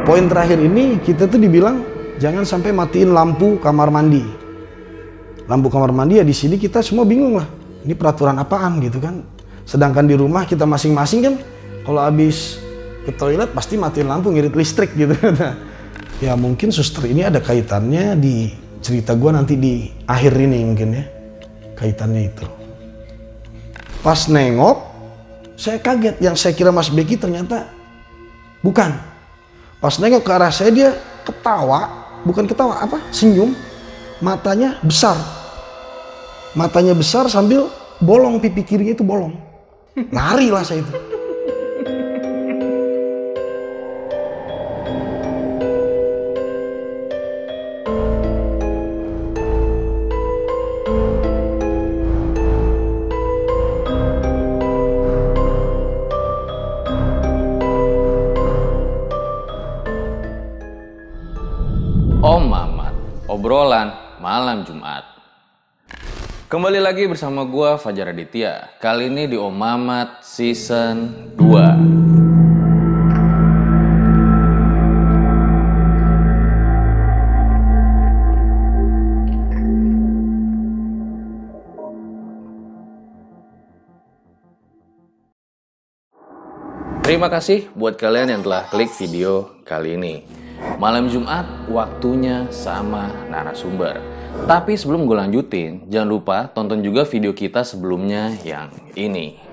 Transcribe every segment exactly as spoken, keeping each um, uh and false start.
Poin terakhir ini kita tuh dibilang jangan sampai matiin lampu kamar mandi. Lampu kamar mandi ya di sini kita semua bingung lah. Ini peraturan apaan gitu kan? Sedangkan di rumah kita masing-masing kan kalau habis ke toilet pasti matiin lampu, ngirit listrik gitu. Ya mungkin suster ini ada kaitannya di cerita gua nanti di akhir ini mungkin ya. Kaitannya itu. Pas nengok, saya kaget. Yang saya kira Mas Beki ternyata bukan. Pas nengok ke arah saya dia ketawa, bukan ketawa apa? Senyum. Matanya besar. Matanya besar sambil bolong, pipi kirinya itu bolong. Lari lah saya itu. Om Mamat, obrolan malam Jumat. Kembali lagi bersama gua Fajar Aditya. Kali ini di Om Mamat season dua. Terima kasih buat kalian yang telah klik video kali ini. Malam Jumat, waktunya sama narasumber. Tapi sebelum gue lanjutin, jangan lupa tonton juga video kita sebelumnya yang ini.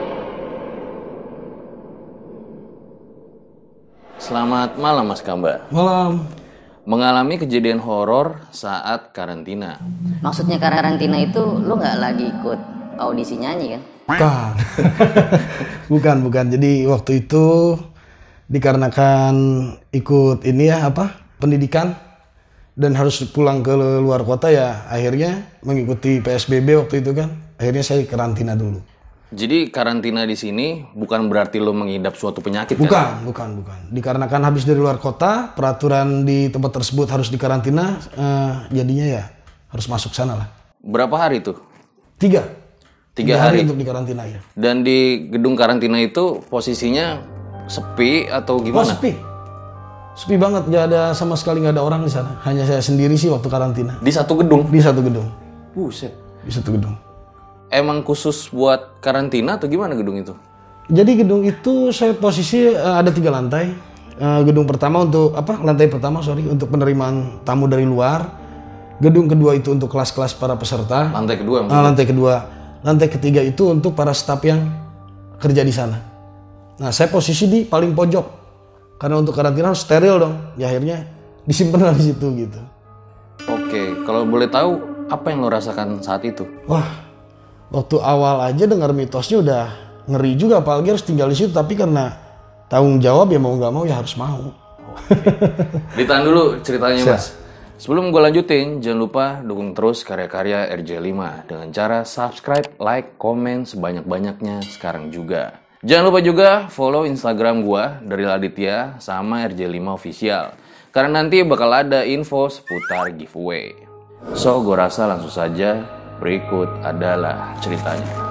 Selamat malam Mas Kamba. Malam. Mengalami kejadian horor saat karantina. Maksudnya karantina itu lu nggak lagi ikut audisi nyanyi kan? Bukan. bukan, bukan. Jadi waktu itu dikarenakan ikut ini ya apa pendidikan dan harus pulang ke luar kota ya akhirnya mengikuti P S B B waktu itu kan akhirnya saya karantina dulu. Jadi karantina di sini bukan berarti lo mengidap suatu penyakit bukan, kan? Bukan, bukan. Dikarenakan habis dari luar kota peraturan di tempat tersebut harus dikarantina eh, jadinya ya harus masuk sana lah. Berapa hari tuh? Tiga. Tiga, Tiga hari. hari untuk dikarantina ya. Dan di gedung karantina itu posisinya sepi atau gimana? Oh sepi, sepi banget, nggak ada sama sekali, nggak ada orang di sana. Hanya saya sendiri sih waktu karantina. Di satu gedung? Di satu gedung. Buset. Di satu gedung. Emang khusus buat karantina atau gimana gedung itu? Jadi gedung itu saya posisi uh, ada tiga lantai. Uh, gedung pertama untuk apa? Lantai pertama sorry untuk penerimaan tamu dari luar. Gedung kedua itu untuk kelas-kelas para peserta. Lantai kedua? Uh, lantai kedua. Lantai ketiga itu untuk para staf yang kerja di sana. Nah, saya posisi di paling pojok. Karena untuk karantina harus steril dong. Ya akhirnya disimpan di situ gitu. Oke, kalau boleh tahu apa yang lo rasakan saat itu? Wah, waktu awal aja dengar mitosnya udah ngeri juga, apalagi harus tinggal di situ. Tapi karena tanggung jawab ya mau nggak mau ya harus mau. Ditahan dulu ceritanya Siap. Mas. Sebelum gue lanjutin, jangan lupa dukung terus karya-karya R J lima dengan cara subscribe, like, komen sebanyak-banyaknya sekarang juga. Jangan lupa juga follow Instagram gua dari Aditya sama R J lima Official. Karena nanti bakal ada info seputar giveaway. So, gue rasa langsung saja berikut adalah ceritanya.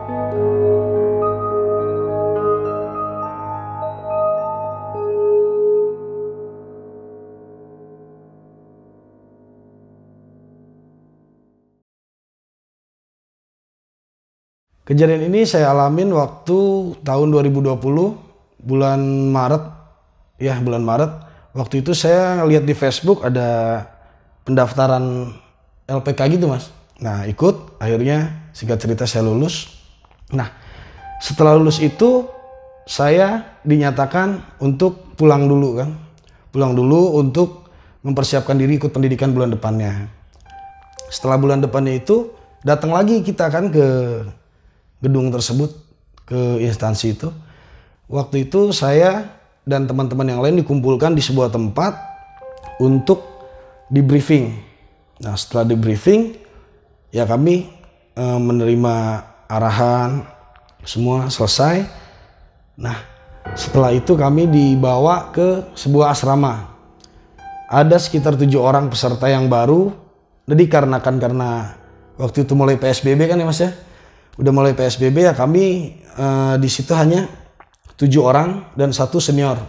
Kejadian ini saya alamin waktu tahun dua ribu dua puluh, bulan Maret. Ya, bulan Maret. Waktu itu saya lihat di Facebook ada pendaftaran L P K gitu, Mas. Nah, ikut. Akhirnya, singkat cerita saya lulus. Nah, setelah lulus itu, saya dinyatakan untuk pulang dulu kan. Pulang dulu untuk mempersiapkan diri ikut pendidikan bulan depannya. Setelah bulan depannya itu, datang lagi kita kan ke gedung tersebut, ke instansi itu. Waktu itu saya dan teman-teman yang lain dikumpulkan di sebuah tempat untuk di briefing. Nah, setelah di briefing ya kami e, menerima arahan, semua selesai. Nah, setelah itu kami dibawa ke sebuah asrama. Ada sekitar tujuh orang peserta yang baru. Jadi karena kan karena waktu itu mulai P S B B kan ya Mas ya. Udah mulai P S B B ya kami uh, di situ hanya tujuh orang dan satu senior.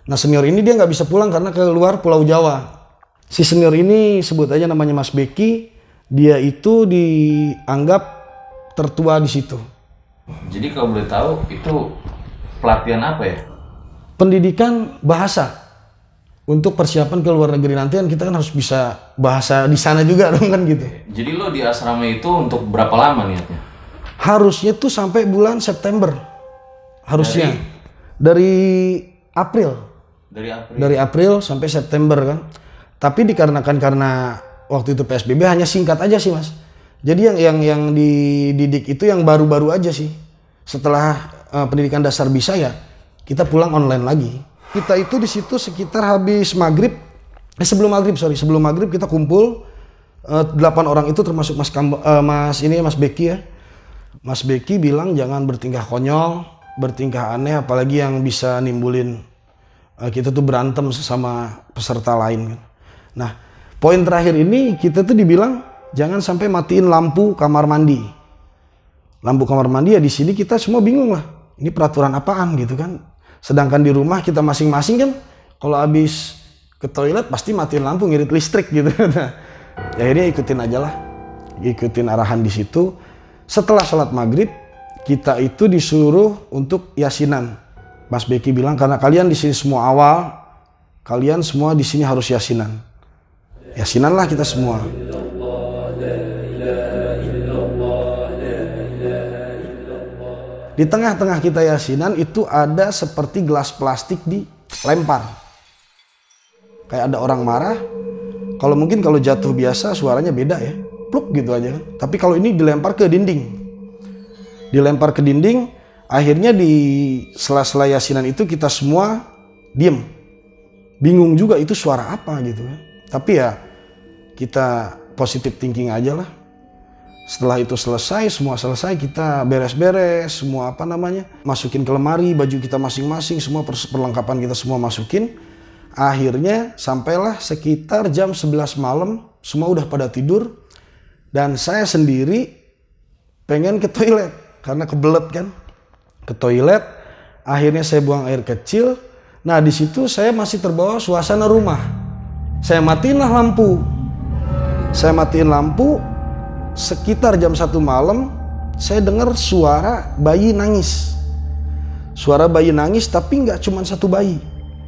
Nah senior ini dia nggak bisa pulang karena keluar Pulau Jawa. Si senior ini sebut aja namanya Mas Beki, dia itu dianggap tertua di situ. Jadi kalau boleh tahu itu pelatihan apa ya? Pendidikan bahasa. Untuk persiapan ke luar negeri nanti kan kita kan harus bisa bahasa di sana juga dong kan gitu. Jadi lo di asrama itu untuk berapa lama niatnya? Harusnya tuh sampai bulan September. Harusnya. Dari, dari April. Dari April. Dari April sampai September kan. Tapi dikarenakan karena waktu itu P S B B hanya singkat aja sih Mas. Jadi yang yang yang dididik itu yang baru-baru aja sih. Setelah uh, pendidikan dasar bisa ya kita pulang online lagi. Kita itu di situ sekitar habis maghrib, eh sebelum maghrib sorry sebelum maghrib kita kumpul delapan uh, orang itu termasuk Mas Kambo, uh, Mas ini Mas Beki ya. Mas Beki bilang jangan bertingkah konyol, bertingkah aneh, apalagi yang bisa nimbulin uh, kita tuh berantem sesama peserta lain kan. Nah poin terakhir ini kita tuh dibilang jangan sampai matiin lampu kamar mandi. Lampu kamar mandi ya di sini kita semua bingung lah. Ini peraturan apaan gitu kan. Sedangkan di rumah kita masing-masing kan kalau habis ke toilet pasti matiin lampu ngirit listrik gitu. Nah, ya akhirnya ikutin aja lah. Ikutin arahan di situ. Setelah sholat maghrib kita itu disuruh untuk yasinan. Mas Beki bilang karena kalian di sini semua awal, kalian semua di sini harus yasinan. Yasinan lah kita semua. Di tengah-tengah kita yasinan itu ada seperti gelas plastik dilempar. Kayak ada orang marah. Kalau mungkin kalau jatuh biasa suaranya beda ya. Pluk gitu aja kan. Tapi kalau ini dilempar ke dinding. Dilempar ke dinding. Akhirnya di sela-sela yasinan itu kita semua diem. Bingung juga itu suara apa gitu kan. Tapi ya kita positive thinking aja lah. Setelah itu selesai, semua selesai, kita beres-beres, semua apa namanya, masukin ke lemari, baju kita masing-masing, semua perlengkapan kita semua masukin. Akhirnya sampailah sekitar jam sebelas malam, semua udah pada tidur. Dan saya sendiri pengen ke toilet, karena kebelet kan. Ke toilet, akhirnya saya buang air kecil. Nah di situ saya masih terbawa suasana rumah. Saya matiin lah lampu. Saya matiin lampu. Sekitar jam satu malam saya dengar suara bayi nangis. Suara bayi nangis tapi nggak cuma satu bayi.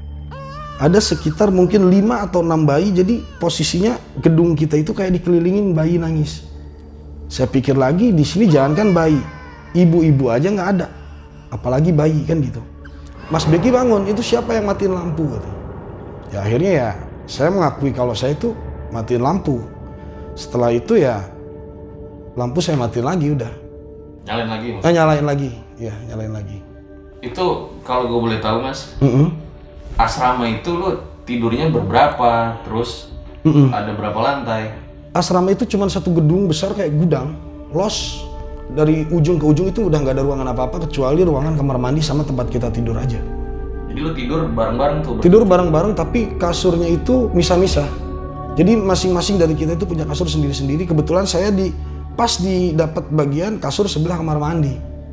Ada sekitar mungkin lima atau enam bayi, jadi posisinya gedung kita itu kayak dikelilingin bayi nangis. Saya pikir lagi di sini jangankan bayi, ibu-ibu aja nggak ada. Apalagi bayi kan gitu. Mas Beki bangun, itu siapa yang matiin lampu? Gitu. Ya akhirnya ya saya mengakui kalau saya itu matiin lampu. Setelah itu ya lampu saya matiin lagi udah. Nyalain lagi mas? Eh, nyalain lagi, ya nyalain lagi. Itu kalau gue boleh tahu mas, Mm-mm. asrama itu lo tidurnya berberapa? Terus Mm-mm. ada berapa lantai? Asrama itu cuma satu gedung besar kayak gudang, los. Dari ujung ke ujung itu udah nggak ada ruangan apa-apa kecuali ruangan kamar mandi sama tempat kita tidur aja. Jadi lo tidur bareng-bareng tuh? Tidur bareng-bareng tapi kasurnya itu misah-misah. Jadi masing-masing dari kita itu punya kasur sendiri-sendiri. Kebetulan saya di pas di dapat bagian kasur sebelah kamar mandi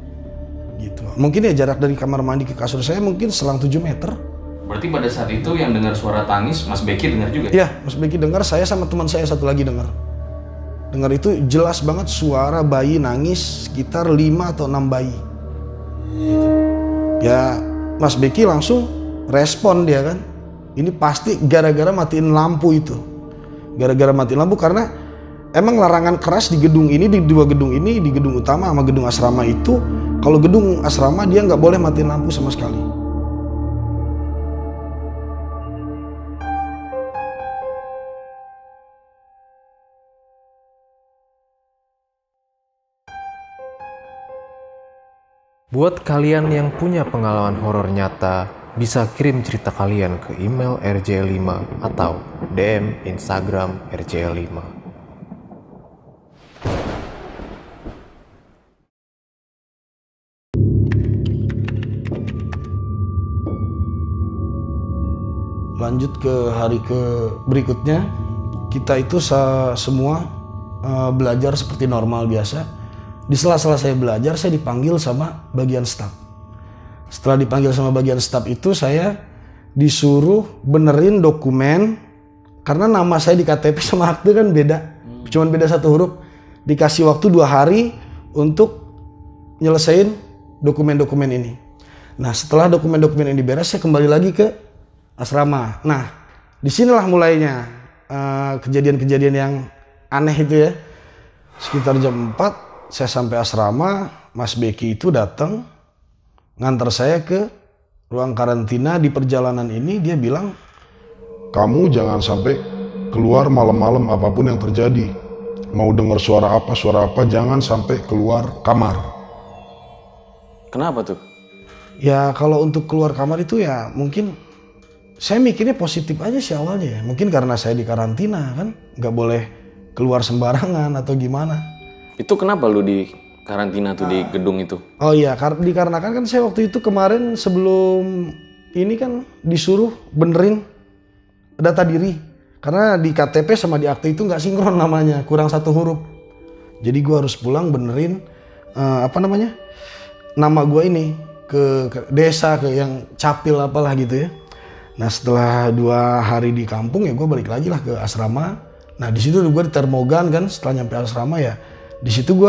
gitu. Mungkin ya jarak dari kamar mandi ke kasur saya mungkin selang tujuh meter. Berarti pada saat itu yang dengar suara tangis Mas Beki dengar juga? Iya, Mas Beki dengar, saya sama teman saya satu lagi dengar. Dengar itu jelas banget suara bayi nangis, sekitar lima atau enam bayi gitu. Ya Mas Beki langsung respon dia kan, ini pasti gara-gara matiin lampu itu. Gara-gara matiin lampu karena emang larangan keras di gedung ini, di dua gedung ini, di gedung utama sama gedung asrama itu, kalau gedung asrama dia nggak boleh matiin lampu sama sekali. Buat kalian yang punya pengalaman horor nyata, bisa kirim cerita kalian ke email R J L lima atau D M Instagram R J L lima. Lanjut ke hari ke berikutnya, kita itu semua uh, belajar seperti normal biasa. Di sela-sela saya belajar, saya dipanggil sama bagian staf. Setelah dipanggil sama bagian staf itu, saya disuruh benerin dokumen karena nama saya di K T P sama akte kan beda, hmm. cuman beda satu huruf. Dikasih waktu dua hari untuk nyelesain dokumen-dokumen ini. Nah setelah dokumen-dokumen ini beres, saya kembali lagi ke asrama. Nah disinilah mulainya uh, kejadian-kejadian yang aneh itu ya. Sekitar jam empat saya sampai asrama, Mas Beki itu datang ngantar saya ke ruang karantina. Di perjalanan ini dia bilang, kamu jangan sampai keluar malam-malam apapun yang terjadi. Mau dengar suara apa, suara apa, jangan sampai keluar kamar. Kenapa tuh? Ya kalau untuk keluar kamar itu ya mungkin saya mikirnya positif aja sih awalnya ya. Mungkin karena saya di karantina kan, nggak boleh keluar sembarangan atau gimana. Itu kenapa lu di karantina tuh nah, di gedung itu? Oh iya, kar dikarenakan kan saya waktu itu kemarin sebelum ini kan disuruh benerin data diri. Karena di K T P sama di akte itu nggak sinkron namanya, kurang satu huruf. Jadi gue harus pulang benerin uh, apa namanya nama gue ini ke, ke desa, ke yang capil apalah gitu ya. Nah setelah dua hari di kampung ya gue balik lagi lah ke asrama. Nah di situ gue di termogan kan, setelah nyampe asrama ya di situ gue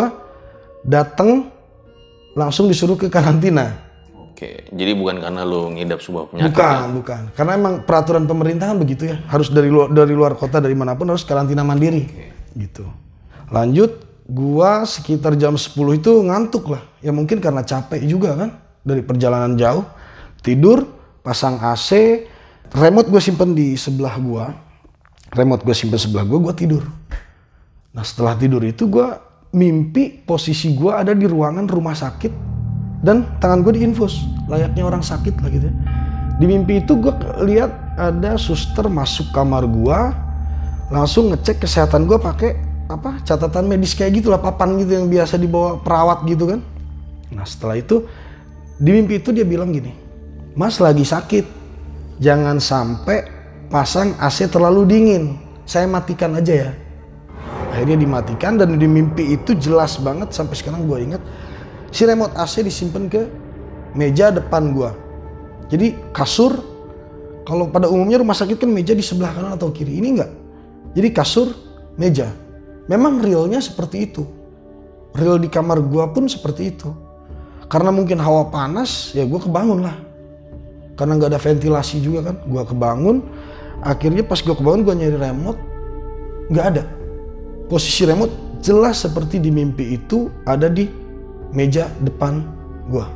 datang langsung disuruh ke karantina. Oke, jadi bukan karena lu ngidap sebuah penyakit. Bukan, ya? bukan. Karena emang peraturan pemerintah kan begitu ya. Harus dari luar dari luar kota, dari manapun harus karantina mandiri. Oke. Gitu. Lanjut, gua sekitar jam sepuluh itu ngantuk lah. Ya mungkin karena capek juga kan dari perjalanan jauh. Tidur, pasang A C, remote gue simpen di sebelah gua. Remote gue simpen sebelah gua, gua tidur. Nah, setelah tidur itu gua mimpi posisi gua ada di ruangan rumah sakit. Dan tangan gue diinfus, layaknya orang sakit lah gitu ya. Di mimpi itu gue lihat ada suster masuk kamar gue, langsung ngecek kesehatan gue pakai apa catatan medis kayak gitulah, papan gitu yang biasa dibawa perawat gitu kan. Nah setelah itu di mimpi itu dia bilang gini, Mas lagi sakit, jangan sampai pasang A C terlalu dingin, saya matikan aja ya. Akhirnya dimatikan dan di mimpi itu jelas banget sampai sekarang gue ingat. Si remote A C disimpan ke meja depan gua. Jadi kasur, kalau pada umumnya rumah sakit kan meja di sebelah kanan atau kiri. Ini enggak. Jadi kasur, meja. Memang realnya seperti itu. Real di kamar gua pun seperti itu. Karena mungkin hawa panas, ya gua kebangun lah. Karena nggak ada ventilasi juga kan. Gua kebangun, akhirnya pas gua kebangun gua nyari remote, nggak ada. Posisi remote jelas seperti di mimpi itu ada di meja depan gua,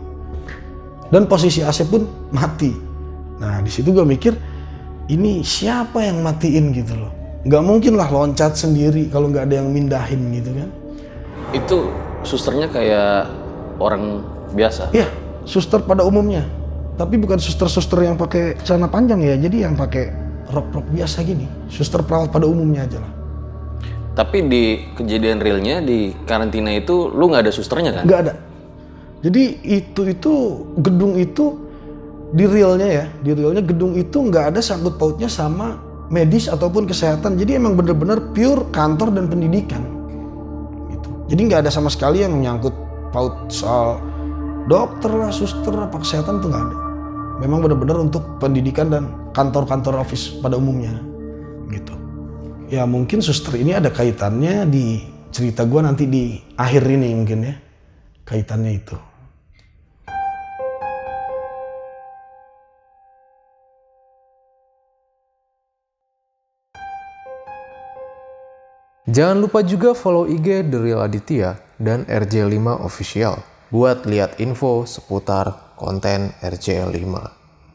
dan posisi A C pun mati. Nah di situ gua mikir ini siapa yang matiin gitu loh, nggak mungkin lah loncat sendiri kalau nggak ada yang mindahin gitu kan. Itu susternya kayak orang biasa? Iya, suster pada umumnya, tapi bukan suster-suster yang pakai celana panjang ya, jadi yang pakai rok-rok biasa gini, suster perawat pada umumnya aja lah. Tapi di kejadian realnya di karantina itu lu nggak ada susternya kan? Nggak ada. Jadi itu itu gedung itu di realnya ya, di realnya gedung itu nggak ada sangkut pautnya sama medis ataupun kesehatan. Jadi emang bener-bener pure kantor dan pendidikan. Gitu. Jadi nggak ada sama sekali yang menyangkut paut soal dokter lah, suster apa kesehatan tuh nggak ada. Memang bener-bener untuk pendidikan dan kantor-kantor office pada umumnya. Gitu. Ya mungkin suster ini ada kaitannya di cerita gue nanti di akhir ini mungkin ya. Kaitannya itu. Jangan lupa juga follow I G The Real Aditya dan R J lima Official buat lihat info seputar konten R J lima.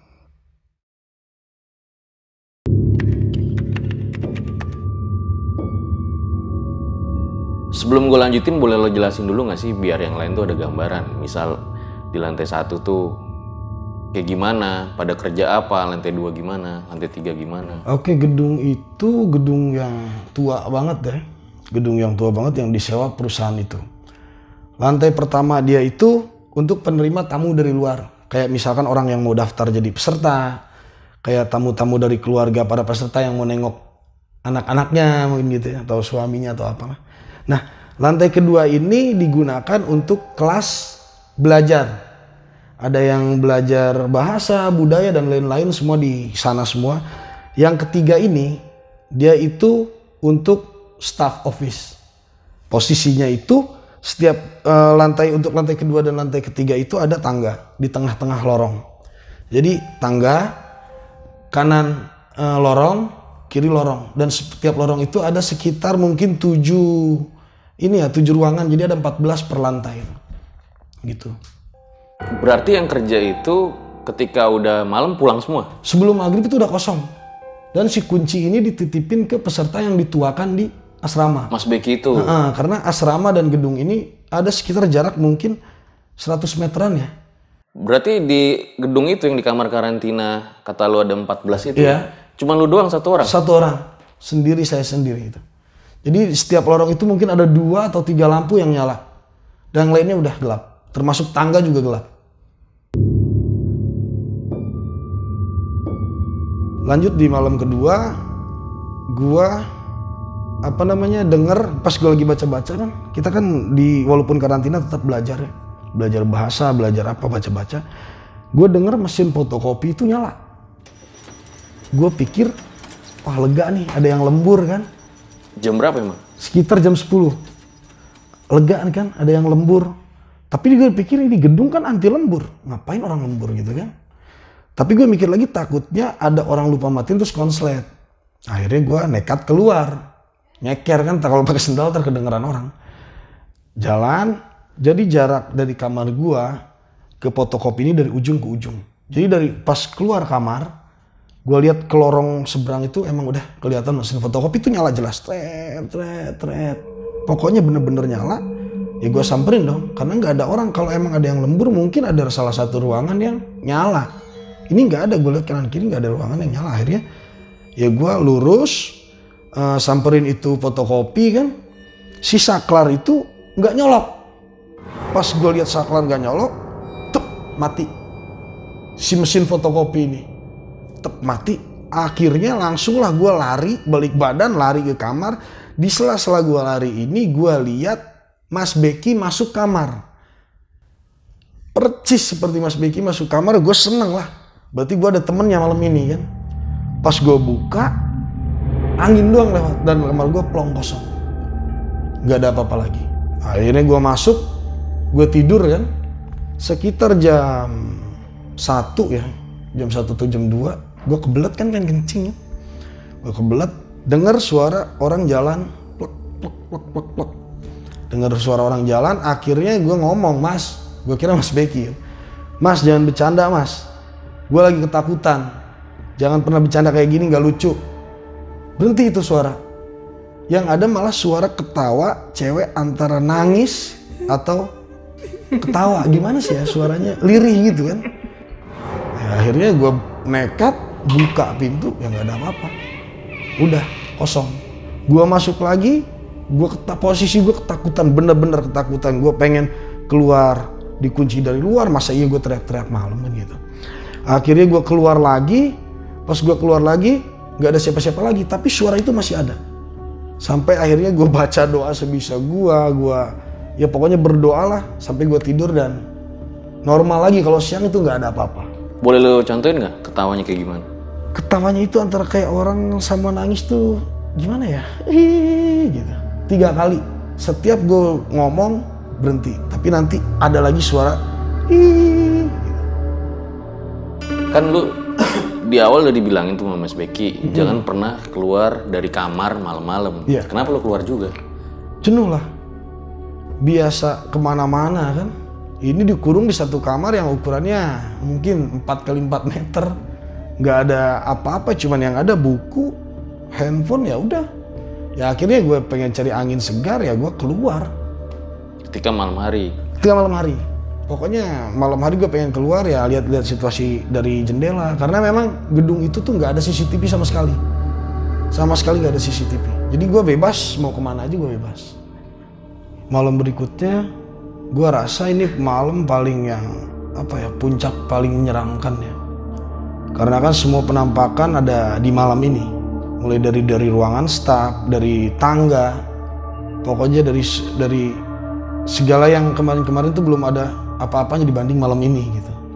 Sebelum gue lanjutin, boleh lo jelasin dulu gak sih biar yang lain tuh ada gambaran. Misal di lantai satu tuh kayak gimana, pada kerja apa, lantai dua gimana, lantai tiga gimana. Oke, gedung itu gedung yang tua banget ya. Gedung yang tua banget yang disewa perusahaan itu. Lantai pertama dia itu untuk penerima tamu dari luar. Kayak misalkan orang yang mau daftar jadi peserta. Kayak tamu-tamu dari keluarga para peserta yang mau nengok anak-anaknya mungkin gitu ya. Atau suaminya atau apalah. Nah, lantai kedua ini digunakan untuk kelas belajar. ada yang belajar bahasa, budaya dan lain-lain semua di sana semua. Yang ketiga ini dia itu untuk staff office. Posisinya itu setiap uh, lantai untuk lantai kedua dan lantai ketiga itu ada tangga di tengah-tengah lorong. Jadi tangga kanan uh, lorong, kiri lorong, dan setiap lorong itu ada sekitar mungkin tujuh ini ya tujuh ruangan. Jadi ada empat belas per lantai gitu. Berarti yang kerja itu ketika udah malam pulang semua? Sebelum maghrib itu udah kosong. Dan si kunci ini dititipin ke peserta yang dituakan di asrama. Mas Beki itu? Nah, karena asrama dan gedung ini ada sekitar jarak mungkin seratus meteran ya. Berarti di gedung itu yang di kamar karantina kata lu ada empat belas itu? Iya. Cuma lu doang satu orang? Satu orang. Sendiri, saya sendiri itu. Jadi setiap lorong itu mungkin ada dua atau tiga lampu yang nyala. Dan yang lainnya udah gelap. Termasuk tangga juga gelap. Lanjut di malam kedua, gua apa namanya denger pas gue lagi baca-baca kan, kita kan di walaupun karantina tetap belajar ya, belajar bahasa, belajar apa, baca-baca. Gue denger mesin fotokopi itu nyala. Gue pikir, wah lega nih, ada yang lembur kan. Jam berapa emang? Sekitar jam sepuluh. Lega kan, ada yang lembur. Tapi gue pikir ini gedung kan anti lembur, ngapain orang lembur gitu kan. Tapi gue mikir lagi takutnya ada orang lupa matiin terus konslet. Akhirnya gue nekat keluar. Nyeker kan, kalau pakai sendal terkedengeran orang. Jalan, jadi jarak dari kamar gue ke fotokopi ini dari ujung ke ujung. Jadi dari pas keluar kamar, gue lihat ke lorong seberang itu emang udah kelihatan mesin fotokopi itu nyala jelas. Tret, tret, tret. Pokoknya bener-bener nyala. Ya gue samperin dong, karena nggak ada orang. Kalau emang ada yang lembur mungkin ada salah satu ruangan yang nyala. Ini nggak ada, gue lihat kanan kiri nggak ada ruangan yang nyala. Akhirnya ya gue lurus uh, samperin itu fotokopi kan. Si saklar itu nggak nyolok. Pas gue lihat saklar nggak nyolok, tep mati. Si mesin fotokopi ini tep mati. Akhirnya langsung lah gue lari balik badan lari ke kamar. Di sela-sela gue lari ini gue lihat Mas Beki masuk kamar. Percis seperti Mas Beki masuk kamar, gue seneng lah. Berarti gue ada temennya malam ini kan. Pas gue buka, angin doang lewat dan kamar gue plong kosong. Gak ada apa-apa lagi. Akhirnya gue masuk, gue tidur kan. Sekitar jam satu ya, jam satu atau jam dua, gue kebelet kan kan kencing ya. Gue kebelet, dengar suara orang jalan, plek, plek, plek, plek, plek. Dengar suara orang jalan, akhirnya gue ngomong, Mas, gue kira Mas Beki. Mas jangan bercanda Mas. Gue lagi ketakutan. Jangan pernah bercanda kayak gini, gak lucu. Berhenti itu suara. Yang ada malah suara ketawa cewek antara nangis atau ketawa. Gimana sih ya suaranya? Lirih gitu kan. Ya, akhirnya gue nekat buka pintu, ya gak ada apa-apa. Udah kosong. Gue masuk lagi, gue posisi gue ketakutan, bener-bener ketakutan. Gue pengen keluar, dikunci dari luar. Masa iya gue teriak-teriak malam kan gitu. Akhirnya gue keluar lagi, pas gue keluar lagi gak ada siapa-siapa lagi, tapi suara itu masih ada. Sampai akhirnya gue baca doa sebisa gue, gue ya pokoknya berdoa lah sampai gue tidur dan normal lagi. Kalau siang itu gak ada apa-apa. Boleh lo contohin gak ketawanya kayak gimana? Ketawanya itu antara kayak orang sama nangis tuh gimana ya, Ih, gitu. Tiga kali. Setiap gue ngomong berhenti, tapi nanti ada lagi suara Ih. Kan lu di awal udah dibilangin tuh sama Mas Beki, mm-hmm. jangan pernah keluar dari kamar malam-malam. Yeah. Kenapa lu keluar juga? Jenuh lah. Biasa kemana-mana kan. Ini dikurung di satu kamar yang ukurannya mungkin empat kali empat meter. Nggak ada apa-apa, cuman yang ada buku, handphone, ya udah. Ya akhirnya gue pengen cari angin segar, ya gue keluar. Ketika malam hari? Ketika malam hari. Pokoknya malam hari gue pengen keluar ya lihat-lihat situasi dari jendela. Karena memang gedung itu tuh nggak ada C C T V sama sekali. Sama sekali nggak ada C C T V. Jadi gue bebas, mau kemana aja gue bebas. Malam berikutnya gue rasa ini malam paling yang apa ya, puncak paling menyeramkan ya. Karena kan semua penampakan ada di malam ini. Mulai dari dari ruangan staf, dari tangga. Pokoknya dari dari segala yang kemarin-kemarin tuh belum ada apa-apanya dibanding malam ini gitu.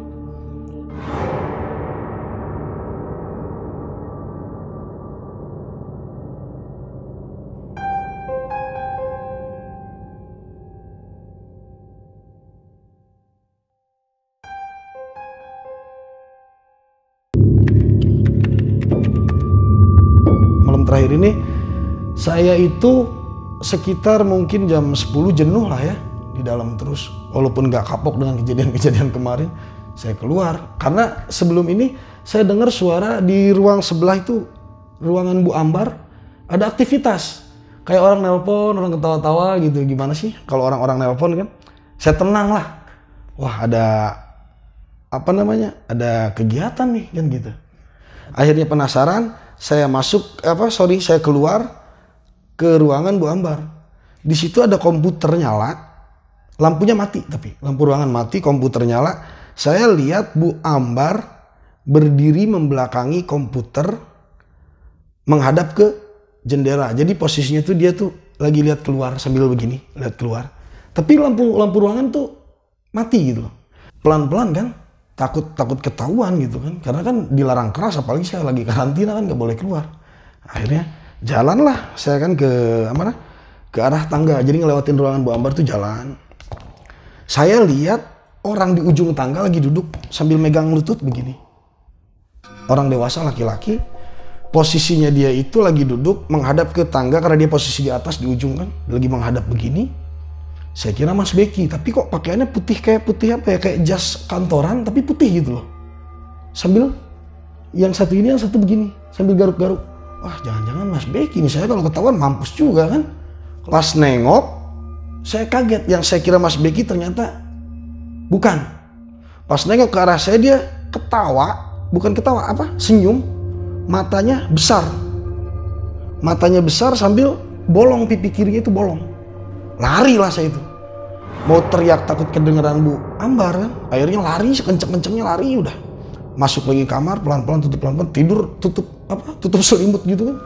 terakhir ini, saya itu sekitar mungkin jam sepuluh jenuh lah ya di dalam terus. Walaupun nggak kapok dengan kejadian-kejadian kemarin, saya keluar. Karena sebelum ini saya dengar suara di ruang sebelah itu, ruangan Bu Ambar, ada aktivitas. Kayak orang nelpon, orang ketawa-tawa gitu. Gimana sih kalau orang-orang nelpon kan? Saya tenang lah. Wah ada apa namanya? Ada kegiatan nih kan gitu. Akhirnya penasaran, saya masuk apa? Sorry, saya keluar ke ruangan Bu Ambar. Di situ ada komputer nyala, lampunya mati tapi lampu ruangan mati, komputer nyala. Saya lihat Bu Ambar berdiri membelakangi komputer, menghadap ke jendela. Jadi posisinya tuh dia tuh lagi lihat keluar sambil begini, lihat keluar. Tapi lampu lampu ruangan tuh mati gitu loh. Pelan-pelan kan, takut takut ketahuan gitu kan. Karena kan dilarang keras, apalagi saya lagi karantina kan nggak boleh keluar. Akhirnya jalanlah saya kan ke mana? Ke arah tangga. Jadi ngelewatin ruangan Bu Ambar tuh jalan. Saya lihat orang di ujung tangga lagi duduk sambil megang lutut begini. Orang dewasa laki-laki. Posisinya dia itu lagi duduk menghadap ke tangga karena dia posisi di atas di ujung kan, lagi menghadap begini. Saya kira Mas Beki, tapi kok pakaiannya putih kayak putih apa ya, kayak jas kantoran tapi putih gitu loh. Sambil yang satu ini yang satu begini, sambil garuk-garuk. Wah jangan-jangan Mas Beki nih, saya kalau ketahuan mampus juga kan. Pas nengok, saya kaget. Yang saya kira Mas Beki ternyata bukan. Pas nengok ke arah saya dia ketawa, bukan ketawa apa, senyum. Matanya besar. Matanya besar sambil bolong, pipi kirinya itu bolong. Lari lah saya itu. Mau teriak takut kedengeran Bu Ambar kan. Akhirnya lari sekenceng-kencengnya lari udah. Masuk lagi kamar pelan-pelan tutup pelan-pelan tidur tutup apa? Tutup selimut gitu kan.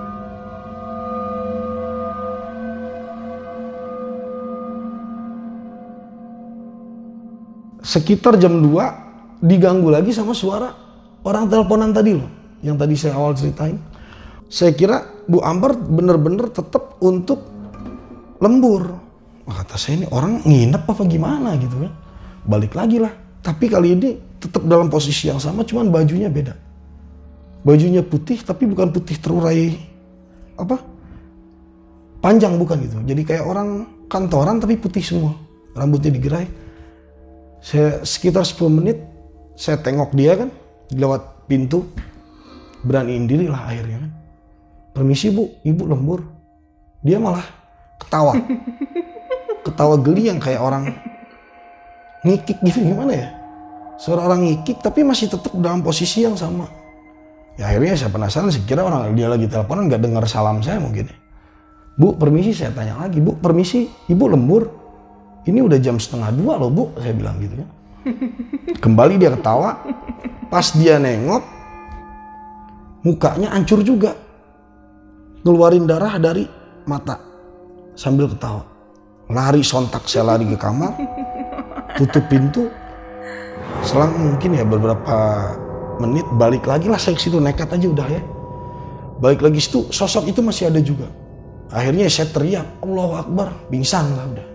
Sekitar jam dua diganggu lagi sama suara orang teleponan tadi loh. Yang tadi saya awal ceritain. Saya kira Bu Ambar bener-bener tetap untuk lembur. Wah, kata saya ini orang nginep apa gimana gitu kan. Balik lagi lah. Tapi kali ini tetap dalam posisi yang sama, cuman bajunya beda. Bajunya putih tapi bukan putih terurai apa? Panjang bukan gitu. Jadi kayak orang kantoran tapi putih semua. Rambutnya digerai. Saya sekitar sepuluh menit saya tengok dia kan lewat pintu. Beraniin diri lah akhirnya kan. Permisi Bu, Ibu lembur. Dia malah ketawa. Ketawa geli yang kayak orang ngikik gitu, gimana ya. Suara orang ngikik tapi masih tetap dalam posisi yang sama. Ya akhirnya saya penasaran, saya kira orang dia lagi teleponan gak dengar salam saya mungkin ya. Bu permisi, saya tanya lagi. Bu permisi, Ibu lembur. Ini udah jam setengah dua loh Bu, saya bilang gitu ya. Kembali dia ketawa. Pas dia nengok, mukanya hancur juga. Ngeluarin darah dari mata. Sambil ketawa. Lari sontak saya lari ke kamar. Tutup pintu. Selang mungkin ya beberapa menit balik lagi lah saya ke situ, nekat aja udah ya. Balik lagi situ, sosok itu masih ada juga. Akhirnya saya teriak, Allahu Akbar, pingsan lah udah.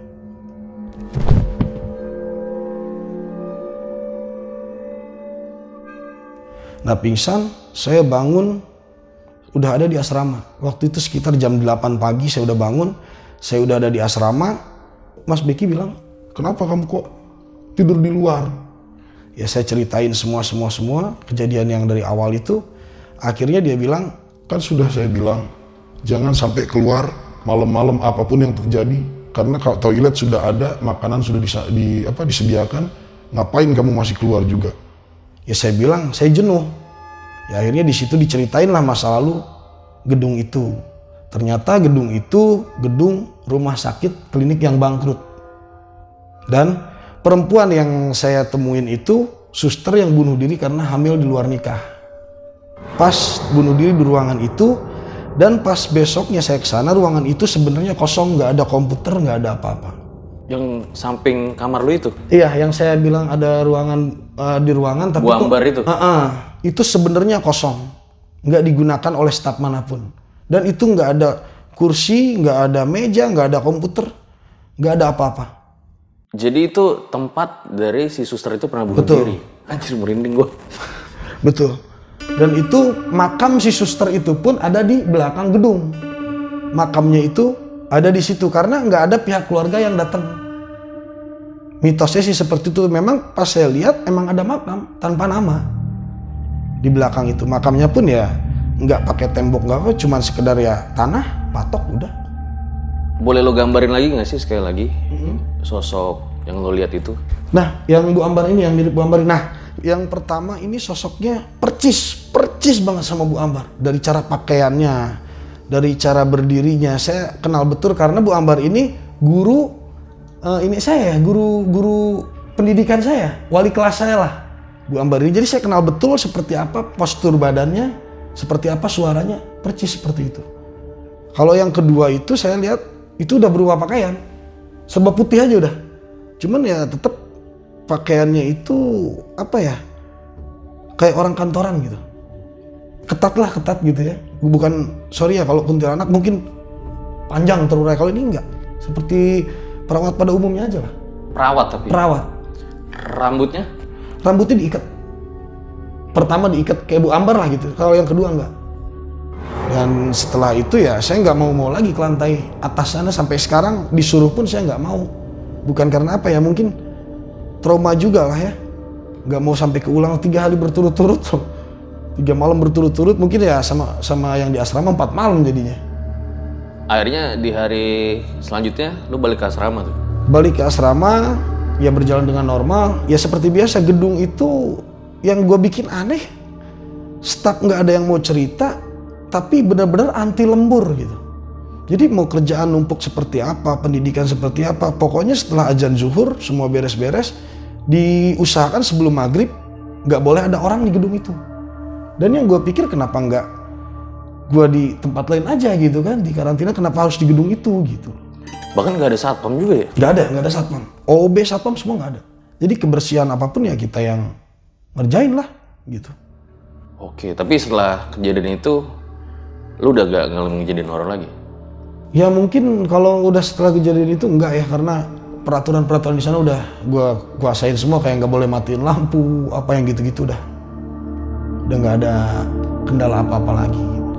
Nah pingsan, saya bangun, udah ada di asrama. Waktu itu sekitar jam delapan pagi saya udah bangun, saya udah ada di asrama. Mas Beki bilang, kenapa kamu kok tidur di luar? Ya saya ceritain semua semua semua kejadian yang dari awal itu. Akhirnya dia bilang, kan sudah saya bilang jangan sampai keluar malam-malam apapun yang terjadi, karena kalau toilet sudah ada, makanan sudah disa, di apa disediakan, ngapain kamu masih keluar juga? Ya saya bilang saya jenuh. Ya akhirnya di situ diceritain lah masa lalu gedung itu. Ternyata gedung itu gedung rumah sakit klinik yang bangkrut. Dan perempuan yang saya temuin itu suster yang bunuh diri karena hamil di luar nikah. Pas bunuh diri di ruangan itu, dan pas besoknya saya ke sana, ruangan itu sebenarnya kosong, nggak ada komputer, nggak ada apa-apa. Yang samping kamar lu itu? Iya, yang saya bilang ada ruangan uh, di ruangan tapi Bu Ambar itu? Uh -uh, itu sebenarnya kosong, nggak digunakan oleh staf manapun. Dan itu nggak ada kursi, nggak ada meja, nggak ada komputer, nggak ada apa-apa. Jadi itu tempat dari si suster itu pernah bunuh Betul. diri? Anjir merinding gue. Betul. Dan itu makam si suster itu pun ada di belakang gedung. Makamnya itu ada di situ karena nggak ada pihak keluarga yang datang. Mitosnya sih seperti itu. Memang pas saya lihat emang ada makam tanpa nama di belakang itu. Makamnya pun ya nggak pakai tembok, nggak apa, cuman sekedar ya tanah, patok, udah. Boleh lo gambarin lagi nggak sih sekali lagi mm-hmm. sosok yang lo lihat itu? Nah, yang Bu Ambar ini, yang mirip Bu Ambar. Nah, yang pertama ini sosoknya percis, percis banget sama Bu Ambar. Dari cara pakaiannya, dari cara berdirinya, saya kenal betul karena Bu Ambar ini guru uh, ini saya, guru guru pendidikan saya, wali kelas saya lah, Bu Ambar ini. Jadi saya kenal betul seperti apa postur badannya, seperti apa suaranya, percis seperti itu. Kalau yang kedua itu saya lihat itu udah berubah pakaian, serba putih aja udah. Cuman ya tetap pakaiannya itu apa ya, kayak orang kantoran gitu, ketat lah, ketat gitu ya. Bukan, sorry ya kalau kuntilanak mungkin panjang terurai, kalau ini enggak, seperti perawat pada umumnya aja lah. Perawat tapi? Perawat. Rambutnya? Rambutnya diikat. Pertama diikat kayak Bu Ambar lah gitu, kalau yang kedua enggak. Dan setelah itu ya saya nggak mau-mau lagi ke lantai atas sana, sampai sekarang disuruh pun saya nggak mau. Bukan karena apa ya, mungkin trauma juga lah ya, nggak mau sampai keulang tiga hari berturut-turut, tiga malam berturut-turut, mungkin ya sama sama yang di asrama empat malam jadinya. Akhirnya di hari selanjutnya lu balik ke asrama tuh? Balik ke asrama, ya berjalan dengan normal, ya seperti biasa. Gedung itu yang gue bikin aneh, staf nggak ada yang mau cerita, tapi benar-benar anti lembur gitu. Jadi mau kerjaan numpuk seperti apa, pendidikan seperti apa, pokoknya setelah azan zuhur semua beres-beres, diusahakan sebelum maghrib nggak boleh ada orang di gedung itu. Dan yang gue pikir kenapa nggak gue di tempat lain aja gitu kan, di karantina, kenapa harus di gedung itu gitu. Bahkan nggak ada satpam juga ya? Nggak ada, nggak ada satpam. O B, satpam semua nggak ada. Jadi kebersihan apapun ya kita yang ngerjain lah gitu. Oke, tapi setelah kejadian itu lu udah gak ngejadiin horor lagi? Ya mungkin kalau udah setelah kejadian itu enggak ya, karena peraturan-peraturan di sana udah gue kuasain semua, kayak nggak boleh matiin lampu, apa yang gitu-gitu udah. Udah nggak ada kendala apa-apa lagi.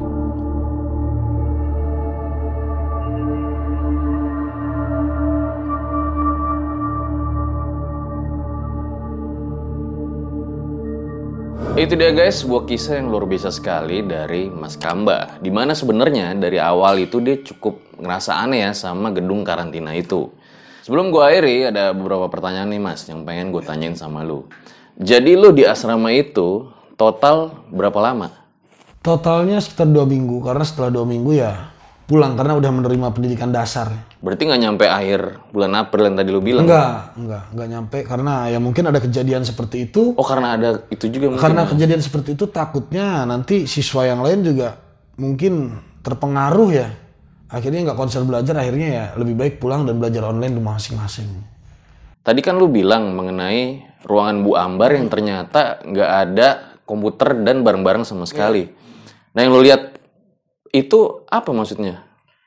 Itu dia guys, sebuah kisah yang luar biasa sekali dari Mas Kamba. Dimana sebenarnya dari awal itu dia cukup ngerasa aneh ya sama gedung karantina itu. Sebelum gue akhiri, ada beberapa pertanyaan nih Mas yang pengen gue tanyain sama lu. Jadi lu di asrama itu total berapa lama? Totalnya sekitar dua minggu, karena setelah dua minggu ya pulang karena udah menerima pendidikan dasar. Berarti nggak nyampe akhir bulan April yang tadi lu bilang? Enggak, enggak, enggak nyampe karena ya mungkin ada kejadian seperti itu. Oh, karena ada itu juga mungkin. Karena ya? kejadian seperti itu takutnya nanti siswa yang lain juga mungkin terpengaruh ya. Akhirnya nggak konsen belajar, akhirnya ya lebih baik pulang dan belajar online di masing-masing. Tadi kan lu bilang mengenai ruangan Bu Ambar yang ternyata nggak ada komputer dan barang-barang sama sekali. Nah yang lu lihat itu apa maksudnya?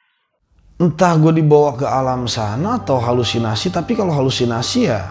Entah gue dibawa ke alam sana atau halusinasi, tapi kalau halusinasi ya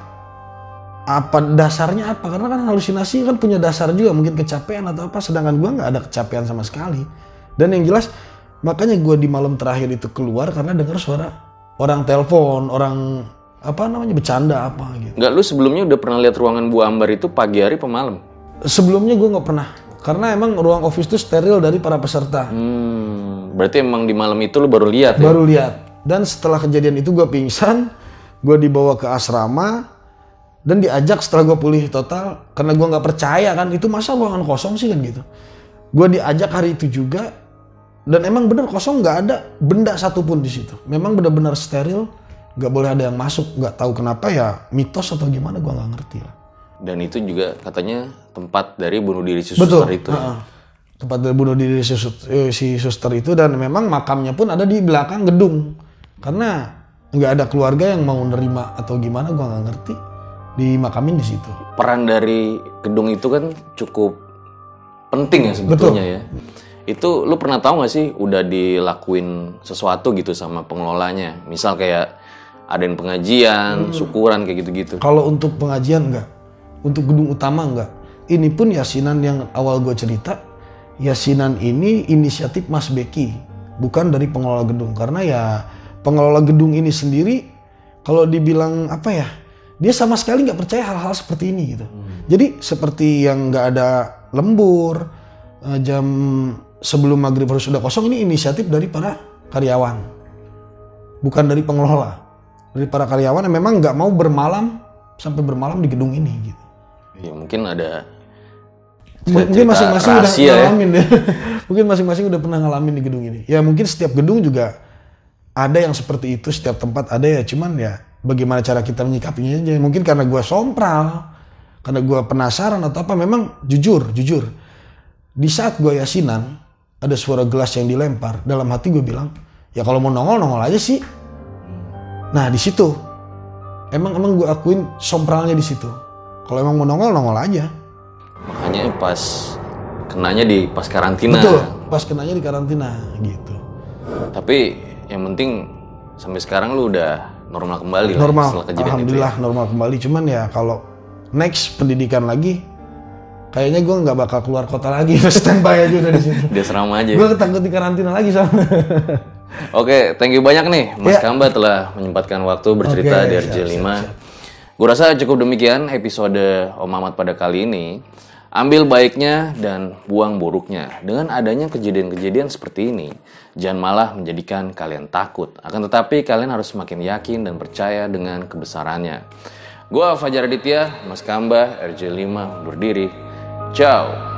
apa dasarnya apa? Karena kan halusinasi kan punya dasar juga, mungkin kecapean atau apa, sedangkan gue nggak ada kecapean sama sekali. Dan yang jelas makanya gue di malam terakhir itu keluar karena dengar suara orang telepon, orang apa namanya bercanda apa gitu. Nggak, lu sebelumnya udah pernah lihat ruangan Bu Ambar itu pagi hari apa malam? Sebelumnya gue nggak pernah, karena emang ruang office itu steril dari para peserta. Hmm, berarti emang di malam itu lu baru lihat ya? Baru lihat. Dan setelah kejadian itu gue pingsan, gue dibawa ke asrama dan diajak setelah gue pulih total, karena gue nggak percaya kan itu masa ruangan kosong sih kan gitu. Gue diajak hari itu juga dan emang bener kosong, nggak ada benda satupun di situ. Memang benar-benar steril, nggak boleh ada yang masuk. Nggak tahu kenapa ya, mitos atau gimana gue nggak ngerti lah. Dan itu juga katanya tempat dari bunuh diri si suster itu. Ya? Tempat dari bunuh diri si suster, eh, si suster itu, dan memang makamnya pun ada di belakang gedung. Karena nggak ada keluarga yang mau nerima atau gimana, gue nggak ngerti. Dimakamin di situ. Peran dari gedung itu kan cukup penting ya sebetulnya. Betul. Ya. Itu lu pernah tahu nggak sih udah dilakuin sesuatu gitu sama pengelolanya? Misal kayak adain pengajian, hmm. syukuran kayak gitu-gitu. Kalau untuk pengajian enggak. Untuk gedung utama enggak. ini pun yasinan yang awal gue cerita, yasinan ini inisiatif Mas Beki, bukan dari pengelola gedung. Karena ya pengelola gedung ini sendiri, kalau dibilang apa ya, dia sama sekali nggak percaya hal-hal seperti ini gitu. Hmm. Jadi seperti yang nggak ada lembur, jam sebelum maghrib harus sudah kosong, ini inisiatif dari para karyawan, bukan dari pengelola. Dari para karyawan yang memang nggak mau bermalam sampai bermalam di gedung ini gitu. Ya mungkin ada mungkin masing-masing udah ya. ngalamin ya. Mungkin masing-masing udah pernah ngalamin di gedung ini. Ya mungkin setiap gedung juga ada yang seperti itu, setiap tempat ada ya. Cuman ya bagaimana cara kita menyikapinya aja. Mungkin karena gue sompral, karena gue penasaran atau apa. Memang jujur, jujur. Di saat gue yasinan, ada suara gelas yang dilempar. Dalam hati gue bilang, ya kalau mau nongol, nongol aja sih. Nah di situ, emang emang gue akuin sompralnya di situ. Kalau emang mau nongol, nongol aja. Makanya pas kenanya di pas karantina. Betul, pas kenanya di karantina gitu. Tapi yang penting sampai sekarang lu udah normal kembali normal, lah setelah kejadian alhamdulillah itu ya? Normal kembali. Cuman ya kalau next pendidikan lagi, kayaknya gue nggak bakal keluar kota lagi. Standby aja udah di situ. Dia seram aja. Gue takut di karantina lagi soalnya. Oke, thank you banyak nih Mas ya. Kamba telah menyempatkan waktu bercerita Oke, di R J lima. Gue rasa cukup demikian episode Om Mamat pada kali ini. Ambil baiknya dan buang buruknya. Dengan adanya kejadian-kejadian seperti ini, jangan malah menjadikan kalian takut. Akan tetapi kalian harus semakin yakin dan percaya dengan kebesarannya. Gue Fajar Aditya, Mas Kamba, R J lima undur diri. Ciao.